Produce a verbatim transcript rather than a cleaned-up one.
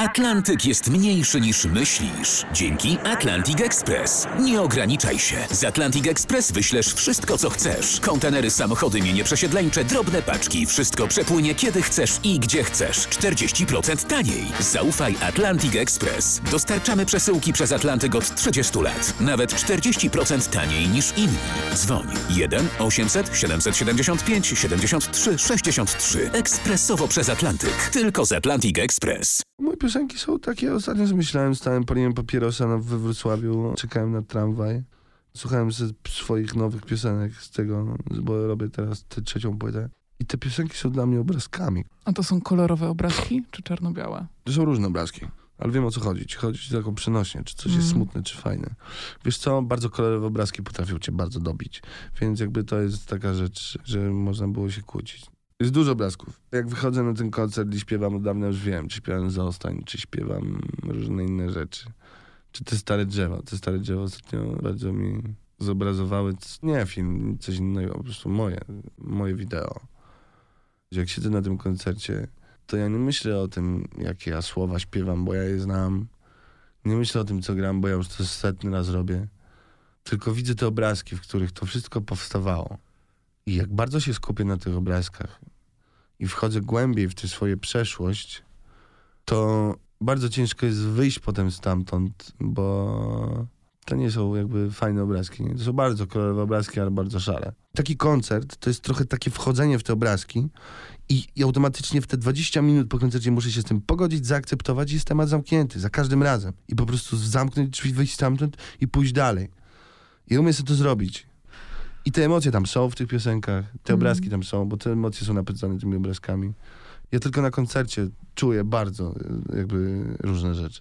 Atlantyk jest mniejszy niż myślisz. Dzięki Atlantic Express. Nie ograniczaj się. Z Atlantic Express wyślesz wszystko, co chcesz. Kontenery, samochody, mienie przesiedleńcze, drobne paczki. Wszystko przepłynie kiedy chcesz i gdzie chcesz. czterdzieści procent taniej. Zaufaj Atlantic Express. Dostarczamy przesyłki przez Atlantyk od trzydziestu lat. Nawet czterdzieści procent taniej niż inni. Dzwoń jeden osiemset siedemset siedemdziesiąt pięć siedemdziesiąt trzy sześćdziesiąt trzy. Ekspresowo przez Atlantyk. Tylko z Atlantic Express. Moje piosenki są takie, ostatnio zamyślałem, stałem, paliłem papierosa na, we Wrocławiu, czekałem na tramwaj. Słuchałem ze swoich nowych piosenek z tego, bo robię teraz tę trzecią płytę. I te piosenki są dla mnie obrazkami. A to są kolorowe obrazki, czy czarno-białe? To są różne obrazki, ale wiem, o co chodzi. Ci chodzi o taką przenośnie, czy coś Mm. jest smutne, czy fajne. Wiesz co, bardzo kolorowe obrazki potrafią cię bardzo dobić. Więc jakby to jest taka rzecz, że można było się kłócić. Jest dużo obrazków. Jak wychodzę na ten koncert i śpiewam, od dawna już wiem, czy śpiewam Zostań, czy śpiewam różne inne rzeczy. Czy te stare drzewa. Te stare drzewa ostatnio bardzo mi zobrazowały, nie film, coś innego, po prostu moje, moje wideo. Jak siedzę na tym koncercie, to ja nie myślę o tym, jakie ja słowa śpiewam, bo ja je znam. Nie myślę o tym, co gram, bo ja już to setny raz robię. Tylko widzę te obrazki, w których to wszystko powstawało. I jak bardzo się skupię na tych obrazkach i wchodzę głębiej w tę swoją przeszłość, to bardzo ciężko jest wyjść potem stamtąd, bo to nie są jakby fajne obrazki. Nie? To są bardzo kolorowe obrazki, ale bardzo szare. Taki koncert to jest trochę takie wchodzenie w te obrazki i, i automatycznie w te dwadzieścia minut po koncercie muszę się z tym pogodzić, zaakceptować i jest temat zamknięty za każdym razem. I po prostu zamknąć drzwi, wyjść stamtąd i pójść dalej. I umiem sobie to zrobić. I te emocje tam są w tych piosenkach, te Mm. obrazki tam są, bo te emocje są napędzane tymi obrazkami. Ja tylko na koncercie czuję bardzo jakby różne rzeczy.